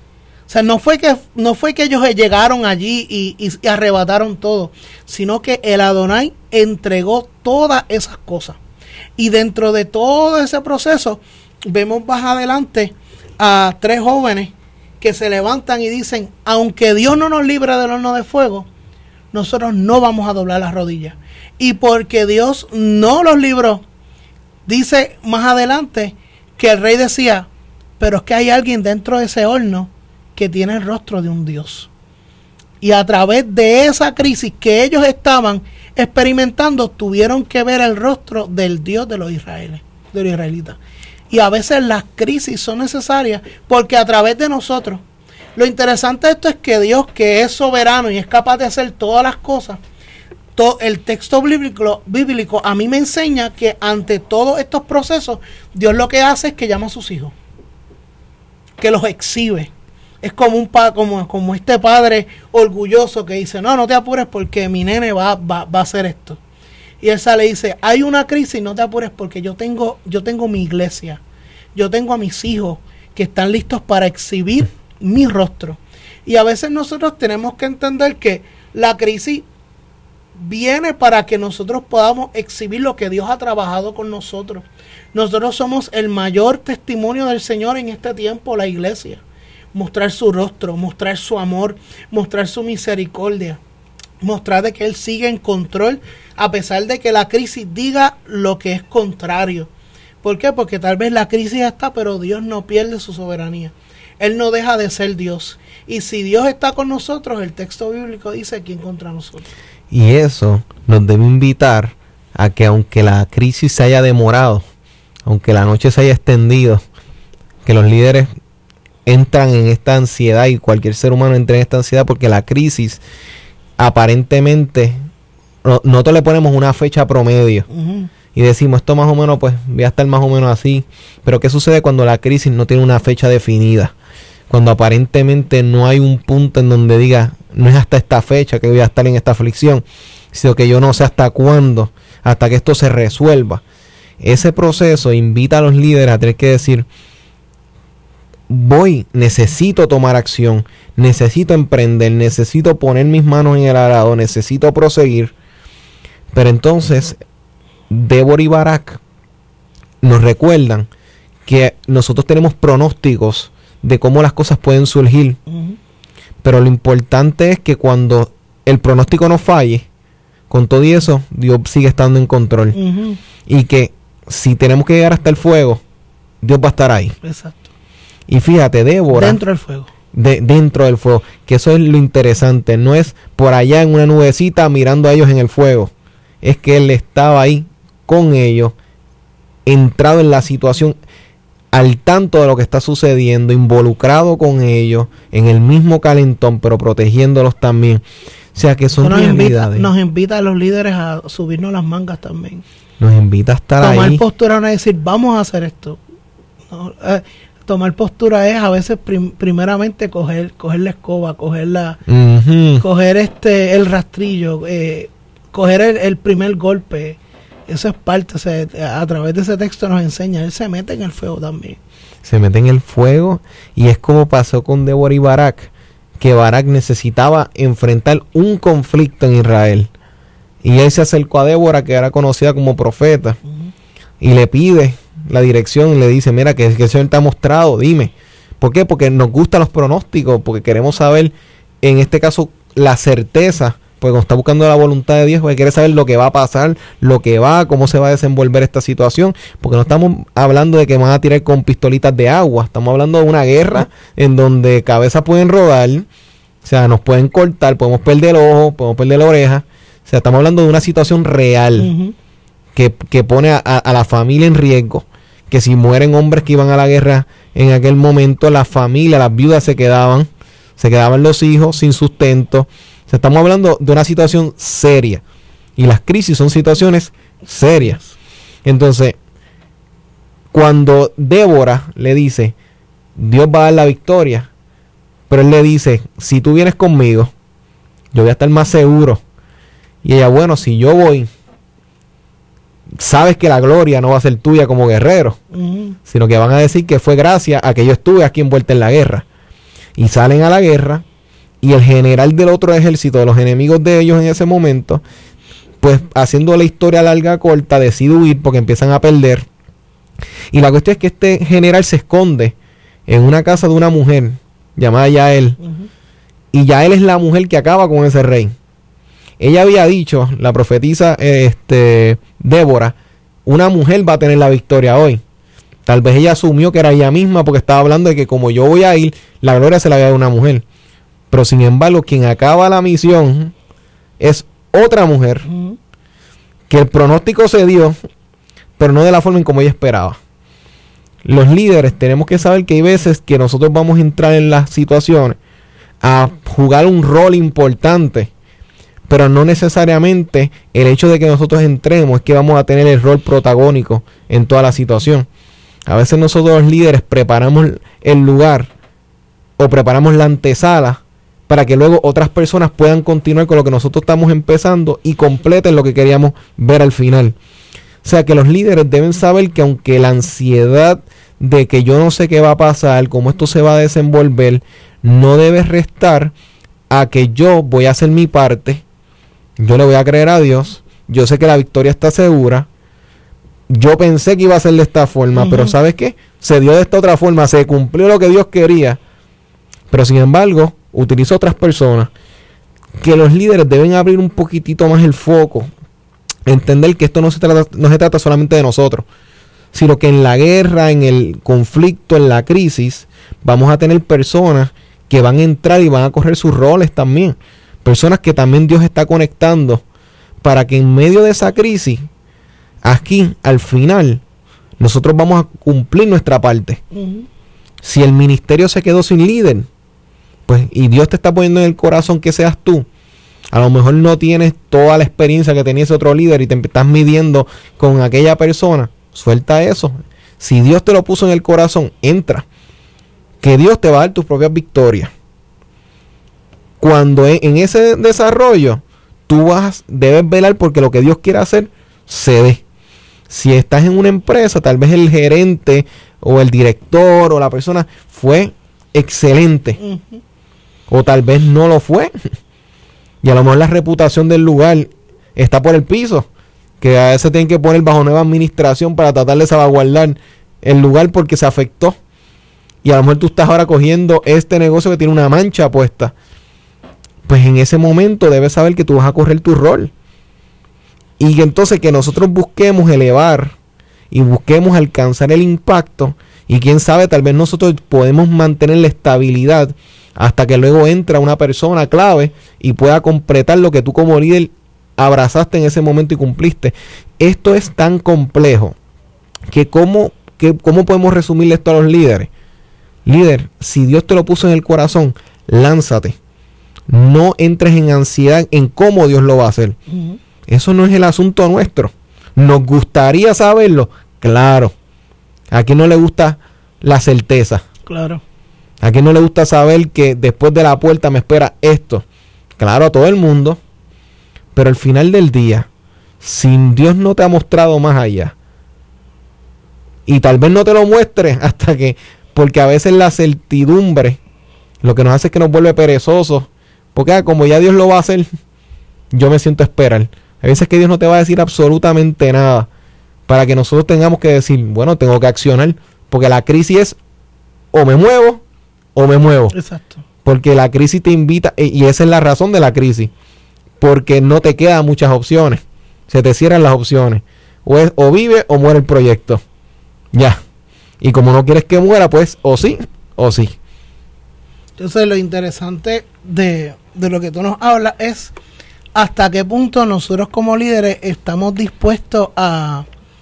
O sea, no fue que ellos llegaron allí y arrebataron todo, sino que el Adonai entregó todas esas cosas. Y dentro de todo ese proceso, vemos más adelante a 3 jóvenes que se levantan y dicen, aunque Dios no nos libre del horno de fuego, nosotros no vamos a doblar las rodillas. Y porque Dios no los libró, dice más adelante que el rey decía, pero es que hay alguien dentro de ese horno que tiene el rostro de un Dios. Y a través de esa crisis que ellos estaban experimentando, tuvieron que ver el rostro del Dios de los israelitas. Y a veces las crisis son necesarias porque a través de nosotros, lo interesante de esto es que Dios, que es soberano y es capaz de hacer todas las cosas, el texto bíblico a mí me enseña que ante todos estos procesos, Dios lo que hace es que llama a sus hijos, que los exhibe. Es como como este padre orgulloso que dice, no te apures porque mi nene va a hacer esto. Y él sale y dice, hay una crisis, no te apures porque yo tengo mi iglesia. Yo tengo a mis hijos que están listos para exhibir mi rostro. Y a veces nosotros tenemos que entender que la crisis viene para que nosotros podamos exhibir lo que Dios ha trabajado con nosotros. Nosotros somos el mayor testimonio del Señor en este tiempo, la iglesia. Mostrar su rostro, mostrar su amor, mostrar su misericordia, mostrar de que Él sigue en control a pesar de que la crisis diga lo que es contrario. ¿Por qué? Porque tal vez la crisis está, pero Dios no pierde su soberanía. Él no deja de ser Dios. Y si Dios está con nosotros, el texto bíblico dice, ¿quién contra nosotros? Y eso nos debe invitar a que aunque la crisis se haya demorado, aunque la noche se haya extendido, que los líderes entran en esta ansiedad y cualquier ser humano entra en esta ansiedad porque la crisis aparentemente nosotros le ponemos una fecha promedio y decimos esto más o menos pues voy a estar más o menos así, pero ¿qué sucede cuando la crisis no tiene una fecha definida? Cuando aparentemente no hay un punto en donde diga no es hasta esta fecha que voy a estar en esta aflicción, sino que yo no sé hasta cuándo, hasta que esto se resuelva. Ese proceso invita a los líderes a tener que decir necesito tomar acción, necesito emprender, necesito poner mis manos en el arado, necesito proseguir. Pero entonces Débora y Barak nos recuerdan que nosotros tenemos pronósticos de cómo las cosas pueden surgir, pero lo importante es que cuando el pronóstico no falle, con todo y eso Dios sigue estando en control, y que si tenemos que llegar hasta el fuego, Dios va a estar ahí. Exacto. Y fíjate, Débora, dentro del fuego. Dentro del fuego, que eso es lo interesante, no es por allá en una nubecita mirando a ellos en el fuego, es que él estaba ahí con ellos, entrado en la situación, al tanto de lo que está sucediendo, involucrado con ellos, en el mismo calentón, pero protegiéndolos también. O sea que son realidades. Nos invita a los líderes a subirnos las mangas también. Nos invita a estar ahí. Tomar postura no es decir, vamos a hacer esto. No, tomar postura es a veces primeramente coger la escoba, coger el rastrillo, coger el primer golpe. Eso es parte, o sea, a través de ese texto nos enseña, él se mete en el fuego también. Se mete en el fuego y es como pasó con Débora y Barak, que Barak necesitaba enfrentar un conflicto en Israel. Y él se acercó a Débora, que era conocida como profeta, y le pide la dirección, y le dice, mira, que el Señor te ha mostrado, dime. ¿Por qué? Porque nos gustan los pronósticos, porque queremos saber, en este caso, la certeza, porque cuando está buscando la voluntad de Dios, porque quiere saber lo que va a pasar, cómo se va a desenvolver esta situación, porque no estamos hablando de que van a tirar con pistolitas de agua, estamos hablando de una guerra en donde cabezas pueden rodar, o sea, nos pueden cortar, podemos perder el ojo, podemos perder la oreja, o sea, estamos hablando de una situación real que pone a la familia en riesgo, que si mueren hombres que iban a la guerra en aquel momento, la familia, las viudas se quedaban los hijos sin sustento. O sea, estamos hablando de una situación seria. Y las crisis son situaciones serias. Entonces, cuando Débora le dice, Dios va a dar la victoria, pero él le dice, si tú vienes conmigo, yo voy a estar más seguro. Y ella, bueno, si yo voy, sabes que la gloria no va a ser tuya como guerrero, sino que van a decir que fue gracias a que yo estuve aquí envuelta en la guerra. y salen a la guerra, y el general del otro ejército, de los enemigos de ellos en ese momento, pues haciendo la historia larga corta, decide huir porque empiezan a perder. Y la cuestión es que este general se esconde en una casa de una mujer llamada Yael. Y Yael es la mujer que acaba con ese rey. Ella había dicho, la profetisa Débora, una mujer va a tener la victoria hoy. Tal vez ella asumió que era ella misma porque estaba hablando de que como yo voy a ir, la gloria se la va a dar a una mujer. Pero sin embargo, quien acaba la misión es otra mujer, que el pronóstico se dio, pero no de la forma en como ella esperaba. Los líderes tenemos que saber que hay veces que nosotros vamos a entrar en las situaciones a jugar un rol importante, pero no necesariamente el hecho de que nosotros entremos es que vamos a tener el rol protagónico en toda la situación. A veces nosotros los líderes preparamos el lugar o preparamos la antesala para que luego otras personas puedan continuar con lo que nosotros estamos empezando y completen lo que queríamos ver al final. O sea que los líderes deben saber que aunque la ansiedad de que yo no sé qué va a pasar, cómo esto se va a desenvolver, no debe restar a que yo voy a hacer mi parte, yo le voy a creer a Dios, yo sé que la victoria está segura, yo pensé que iba a ser de esta forma, pero ¿sabes qué? Se dio de esta otra forma, se cumplió lo que Dios quería, pero sin embargo, utilizó otras personas. Que los líderes deben abrir un poquitito más el foco, entender que esto no se trata solamente de nosotros, sino que en la guerra, en el conflicto, en la crisis, vamos a tener personas que van a entrar y van a correr sus roles también. Personas que también Dios está conectando para que en medio de esa crisis, aquí, al final, nosotros vamos a cumplir nuestra parte. Si el ministerio se quedó sin líder, pues, y Dios te está poniendo en el corazón que seas tú, a lo mejor no tienes toda la experiencia que tenía ese otro líder y te estás midiendo con aquella persona, suelta eso. Si Dios te lo puso en el corazón, entra. Que Dios te va a dar tus propias victorias. Cuando en ese desarrollo, tú debes velar porque lo que Dios quiere hacer se dé. Si estás en una empresa, tal vez el gerente o el director o la persona fue excelente. O tal vez no lo fue. Y a lo mejor la reputación del lugar está por el piso. Que a veces tienen que poner bajo nueva administración para tratar de salvaguardar el lugar porque se afectó. Y a lo mejor tú estás ahora cogiendo este negocio que tiene una mancha puesta. Pues en ese momento debes saber que tú vas a correr tu rol. Y que entonces que nosotros busquemos elevar y busquemos alcanzar el impacto. Y quién sabe, tal vez nosotros podemos mantener la estabilidad hasta que luego entra una persona clave y pueda completar lo que tú como líder abrazaste en ese momento y cumpliste. Esto es tan complejo que ¿cómo podemos resumirle esto a los líderes? Líder, si Dios te lo puso en el corazón, lánzate. No entres en ansiedad en cómo Dios lo va a hacer. Eso no es el asunto nuestro. ¿Nos gustaría saberlo? Claro. ¿A quién no le gusta la certeza? Claro. ¿A quién no le gusta saber que después de la puerta me espera esto? Claro, a todo el mundo. Pero al final del día, si Dios no te ha mostrado más allá, y tal vez no te lo muestre hasta que, porque a veces la certidumbre lo que nos hace es que nos vuelve perezosos, porque como ya Dios lo va a hacer, yo me siento a esperar. Hay veces que Dios no te va a decir absolutamente nada, para que nosotros tengamos que decir, bueno, tengo que accionar, porque la crisis es o me muevo, o me muevo. Exacto. Porque la crisis te invita, y esa es la razón de la crisis, porque no te quedan muchas opciones, se te cierran las opciones, o vive o muere el proyecto, ya, y como no quieres que muera, pues o sí, o sí. Entonces lo interesante de lo que tú nos hablas es hasta qué punto nosotros como líderes estamos dispuestos a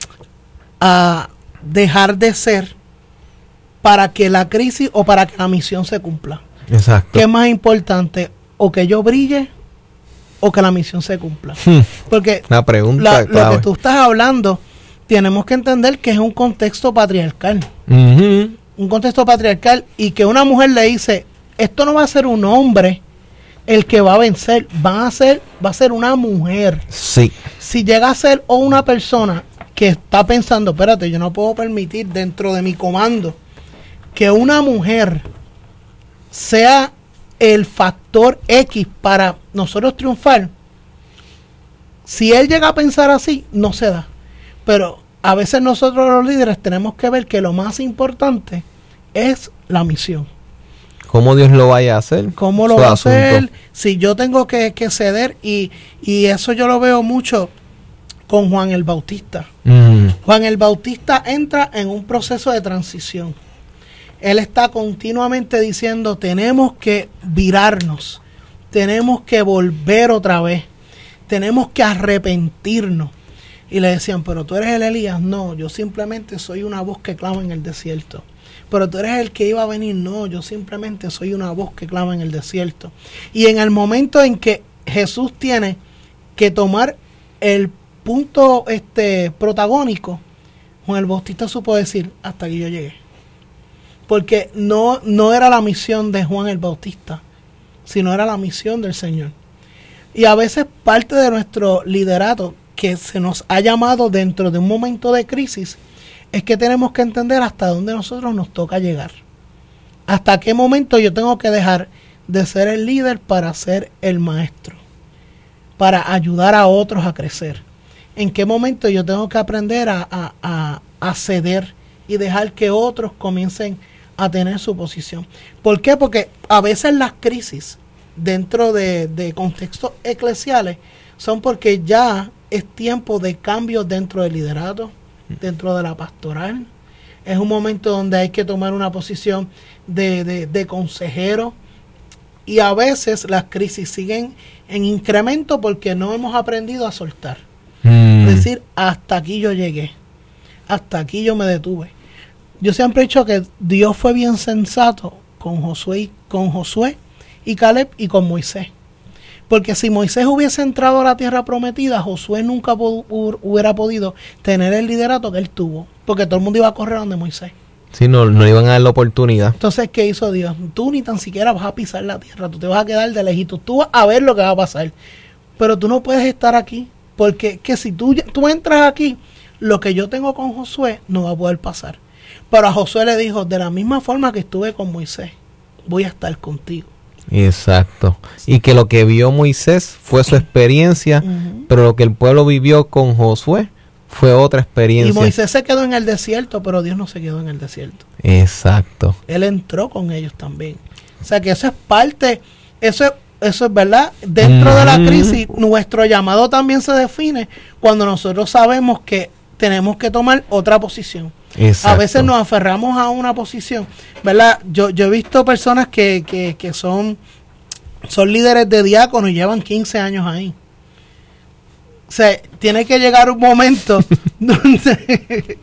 dejar de ser para que la crisis o para que la misión se cumpla. Exacto. ¿Qué es más importante? ¿O que yo brille o que la misión se cumpla? Porque la pregunta lo que tú estás hablando, tenemos que entender que es un contexto patriarcal. Un contexto patriarcal, y que una mujer le dice, esto no va a ser un hombre el que va a vencer, va a ser una mujer. Sí. Si llega a ser o una persona que está pensando, espérate, yo no puedo permitir dentro de mi comando que una mujer sea el factor X para nosotros triunfar, si él llega a pensar así, no se da. Pero a veces nosotros los líderes tenemos que ver que lo más importante es la misión. ¿Cómo Dios lo vaya a hacer? ¿Cómo lo va a hacer? Si yo tengo que ceder, y eso yo lo veo mucho con Juan el Bautista. Juan el Bautista entra en un proceso de transición. Él está continuamente diciendo, tenemos que virarnos, tenemos que volver otra vez, tenemos que arrepentirnos. Y le decían, pero tú eres el Elías. No, yo simplemente soy una voz que clama en el desierto. Pero tú eres el que iba a venir. No, yo simplemente soy una voz que clama en el desierto. Y en el momento en que Jesús tiene que tomar el punto protagónico, Juan el Bautista supo decir, hasta aquí yo llegué. Porque no era la misión de Juan el Bautista, sino era la misión del Señor. Y a veces parte de nuestro liderato que se nos ha llamado dentro de un momento de crisis es que tenemos que entender hasta dónde nosotros nos toca llegar. Hasta qué momento yo tengo que dejar de ser el líder para ser el maestro, para ayudar a otros a crecer. En qué momento yo tengo que aprender a ceder y dejar que otros comiencen a tener su posición. ¿Por qué? Porque a veces las crisis dentro de contextos eclesiales son porque ya es tiempo de cambios dentro del liderato, dentro de la pastoral. Es un momento donde hay que tomar una posición de consejero. Y a veces las crisis siguen en incremento porque no hemos aprendido a soltar. Es decir, hasta aquí yo llegué. Hasta aquí yo me detuve. Yo siempre he dicho que Dios fue bien sensato con Josué y Caleb y con Moisés. Porque si Moisés hubiese entrado a la tierra prometida, Josué nunca hubiera podido tener el liderato que él tuvo. Porque todo el mundo iba a correr donde Moisés. Sí, no iban a dar la oportunidad. Entonces, ¿qué hizo Dios? Tú ni tan siquiera vas a pisar la tierra. Tú te vas a quedar de lejitos. Tú vas a ver lo que va a pasar. Pero tú no puedes estar aquí. Porque que si tú entras aquí, lo que yo tengo con Josué no va a poder pasar. Pero a Josué le dijo, de la misma forma que estuve con Moisés, voy a estar contigo. Exacto. Y que lo que vio Moisés fue su experiencia, pero lo que el pueblo vivió con Josué fue otra experiencia. Y Moisés se quedó en el desierto, pero Dios no se quedó en el desierto. Exacto. Él entró con ellos también. O sea que eso es parte, eso es verdad. Dentro de la crisis, nuestro llamado también se define cuando nosotros sabemos que tenemos que tomar otra posición. Exacto. A veces nos aferramos a una posición, ¿verdad? Yo he visto personas que son líderes de diácono y llevan 15 años ahí. O sea, tiene que llegar un momento donde...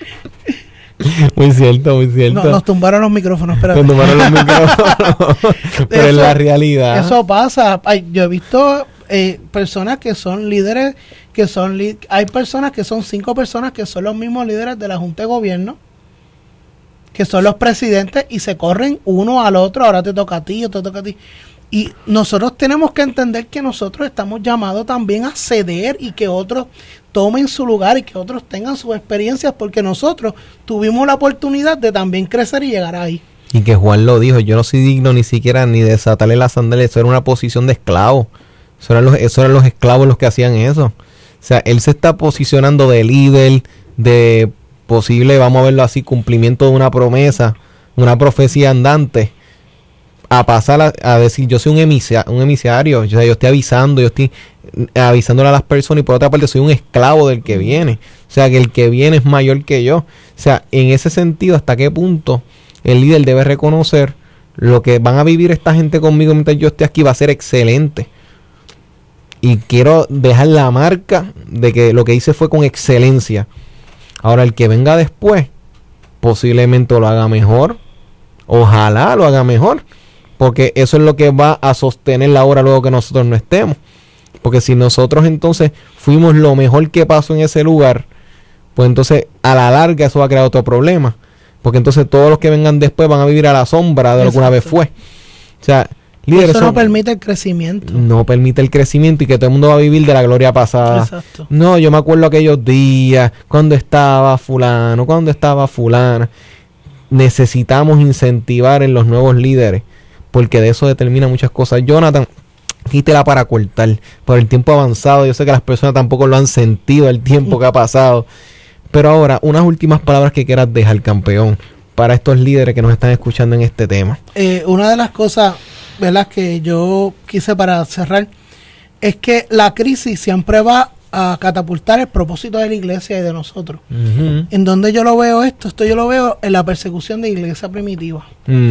Muy cierto, muy cierto. No, nos tumbaron los micrófonos, espérate. Nos tumbaron los micrófonos. Pero es la realidad. Eso pasa. Yo he visto personas que son líderes, hay personas que son 5 personas que son los mismos líderes de la Junta de Gobierno, que son los presidentes y se corren uno al otro. Ahora te toca a ti, te toca a ti. Y nosotros tenemos que entender que nosotros estamos llamados también a ceder y que otros tomen su lugar y que otros tengan sus experiencias, porque nosotros tuvimos la oportunidad de también crecer y llegar ahí. Y que Juan lo dijo, yo no soy digno ni siquiera ni de desatarle las sandalias. Eso era una posición de esclavo. Eso eran los esclavos los que hacían eso. O sea, él se está posicionando de líder, de posible, vamos a verlo así, cumplimiento de una promesa, una profecía andante, a pasar a decir, yo soy un emisario, o sea, yo estoy avisando, yo estoy avisándole a las personas, y por otra parte soy un esclavo del que viene. O sea, que el que viene es mayor que yo. O sea, en ese sentido, ¿hasta qué punto el líder debe reconocer lo que van a vivir esta gente conmigo mientras yo esté aquí va a ser excelente? Y quiero dejar la marca de que lo que hice fue con excelencia. Ahora, el que venga después, posiblemente lo haga mejor. Ojalá lo haga mejor. Porque eso es lo que va a sostener la obra luego que nosotros no estemos. Porque si nosotros entonces fuimos lo mejor que pasó en ese lugar, pues entonces a la larga eso va a crear otro problema. Porque entonces todos los que vengan después van a vivir a la sombra de lo que una vez fue. O sea, eso no permite el crecimiento. No permite el crecimiento y que todo el mundo va a vivir de la gloria pasada. Exacto. No, yo me acuerdo aquellos días, cuando estaba fulano, cuando estaba fulana. Necesitamos incentivar en los nuevos líderes porque de eso determina muchas cosas. Jonathan, quítela para cortar por el tiempo avanzado. Yo sé que las personas tampoco lo han sentido, el tiempo que ha pasado. Pero ahora, unas últimas palabras que quieras dejar, campeón, para estos líderes que nos están escuchando en este tema. Una de las cosas, ¿verdad?, que yo quise para cerrar, es que la crisis siempre va a catapultar el propósito de la iglesia y de nosotros. En donde yo lo veo esto yo lo veo en la persecución de la iglesia primitiva.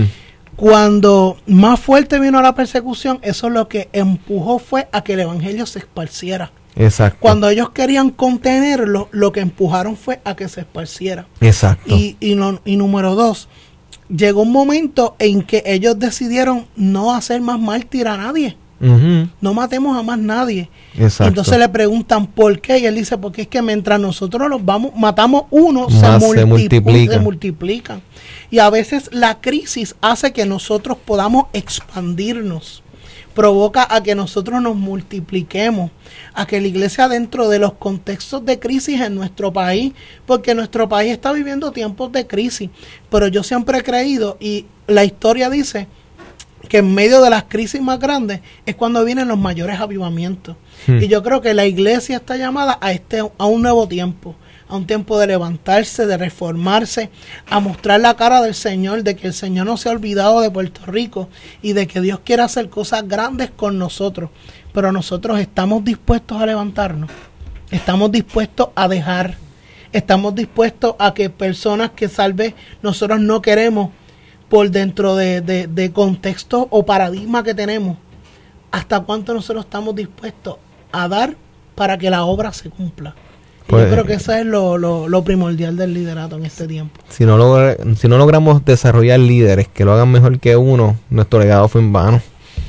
Cuando más fuerte vino la persecución, eso es lo que empujó fue a que el evangelio se esparciera. Exacto. Cuando ellos querían contenerlo, lo que empujaron fue a que se esparciera. Exacto. Y número 2, llegó un momento en que ellos decidieron no hacer más mártir a nadie. No matemos a más nadie. Exacto. Entonces le preguntan por qué, y él dice, porque es que mientras nosotros matamos uno, se multiplican. Y a veces la crisis hace que nosotros podamos expandirnos, provoca a que nosotros nos multipliquemos, a que la iglesia, dentro de los contextos de crisis en nuestro país, porque nuestro país está viviendo tiempos de crisis, pero yo siempre he creído, y la historia dice que en medio de las crisis más grandes es cuando vienen los mayores avivamientos. Y yo creo que la iglesia está llamada a un nuevo tiempo, a un tiempo de levantarse, de reformarse, a mostrar la cara del Señor, de que el Señor no se ha olvidado de Puerto Rico y de que Dios quiere hacer cosas grandes con nosotros. Pero nosotros estamos dispuestos a levantarnos, estamos dispuestos a dejar, estamos dispuestos a que personas que tal vez nosotros no queremos, por dentro de contexto o paradigma que tenemos, hasta cuánto nosotros estamos dispuestos a dar para que la obra se cumpla. Pues, yo creo que eso es lo primordial del liderato en este tiempo. Si no logramos desarrollar líderes que lo hagan mejor que uno, nuestro legado fue en vano.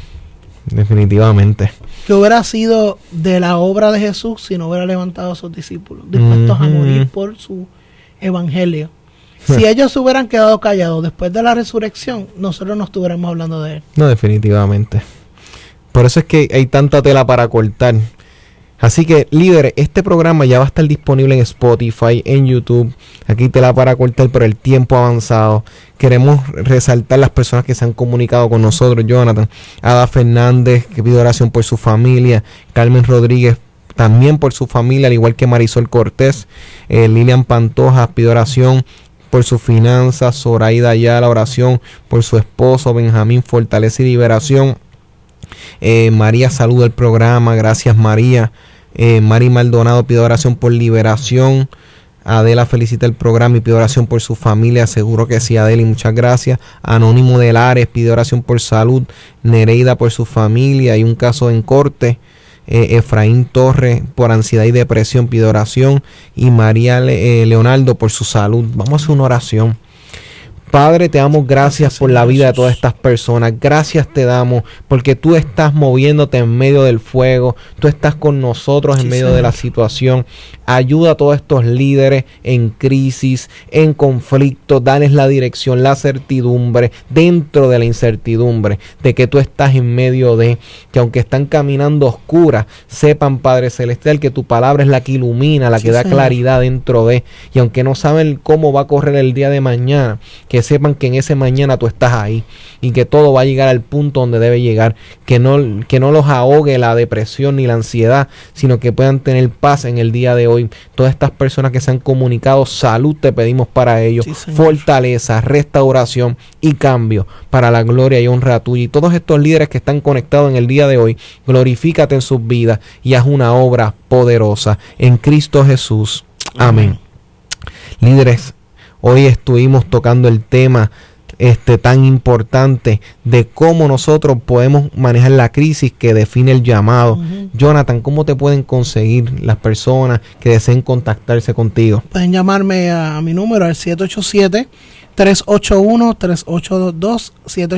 Definitivamente. ¿Qué hubiera sido de la obra de Jesús si no hubiera levantado a sus discípulos, dispuestos a morir por su evangelio? Si ellos se hubieran quedado callados después de la resurrección, nosotros no estuviéramos hablando de él. No, definitivamente. Por eso es que hay tanta tela para cortar. Así que, líderes, este programa ya va a estar disponible en Spotify, en YouTube. Aquí tela para cortar por el tiempo avanzado. Queremos resaltar las personas que se han comunicado con nosotros. Jonathan, Ada Fernández, que pide oración por su familia. Carmen Rodríguez, también por su familia, al igual que Marisol Cortés. Lilian Pantoja pide oración por sus finanzas. Zoraida Ayala, oración por su esposo. Benjamín, fortaleza y liberación. María saluda el programa, gracias María. Mari Maldonado pide oración por liberación. Adela felicita el programa y pide oración por su familia. Seguro que sí, Adela, y muchas gracias. Anónimo de Lares pide oración por salud. Nereida por su familia. Hay un caso en corte. Efraín Torres por ansiedad y depresión pide oración. Y María Leonardo por su salud. Vamos a hacer una oración. Padre, te damos gracias por la vida de todas estas personas. Gracias te damos porque tú estás moviéndote en medio del fuego. Tú estás con nosotros en medio de la situación. Ayuda a todos estos líderes en crisis, en conflicto. Dales la dirección, la certidumbre, dentro de la incertidumbre, de que tú estás en medio de, que aunque están caminando oscuras, sepan, Padre Celestial, que tu palabra es la que ilumina, la que da claridad dentro de. Y aunque no saben cómo va a correr el día de mañana, que sepan que en ese mañana tú estás ahí y que todo va a llegar al punto donde debe llegar, que no los ahogue la depresión ni la ansiedad, sino que puedan tener paz en el día de hoy. Todas estas personas que se han comunicado, salud te pedimos para ellos, fortaleza, restauración y cambio para la gloria y honra tuya. Y todos estos líderes que están conectados en el día de hoy, glorifícate en sus vidas y haz una obra poderosa en Cristo Jesús. Amén. Líderes, hoy estuvimos tocando el tema tan importante de cómo nosotros podemos manejar la crisis que define el llamado. Jonathan, ¿cómo te pueden conseguir las personas que deseen contactarse contigo? Pueden llamarme a mi número al 787-381-3822,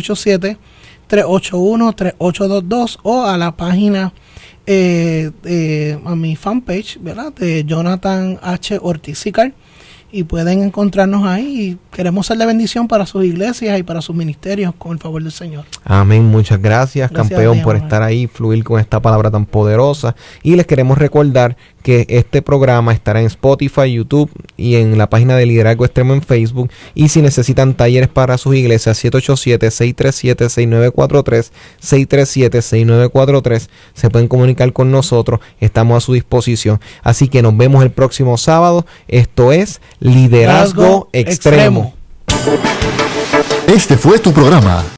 787-381-3822, o a la página, a mi fanpage, ¿verdad?, de Jonathan H. Ortiz Sicar. y pueden encontrarnos ahí. Y queremos ser de bendición para sus iglesias y para sus ministerios con el favor del Señor. Amén. Muchas gracias, campeón, por estar ahí, fluir con esta palabra tan poderosa. Y les queremos recordar que este programa estará en Spotify, YouTube y en la página de Liderazgo Extremo en Facebook. Y si necesitan talleres para sus iglesias, 787-637-6943, 637-6943, se pueden comunicar con nosotros. Estamos a su disposición. Así que nos vemos el próximo sábado. Esto es Liderazgo Extremo. Este fue tu programa,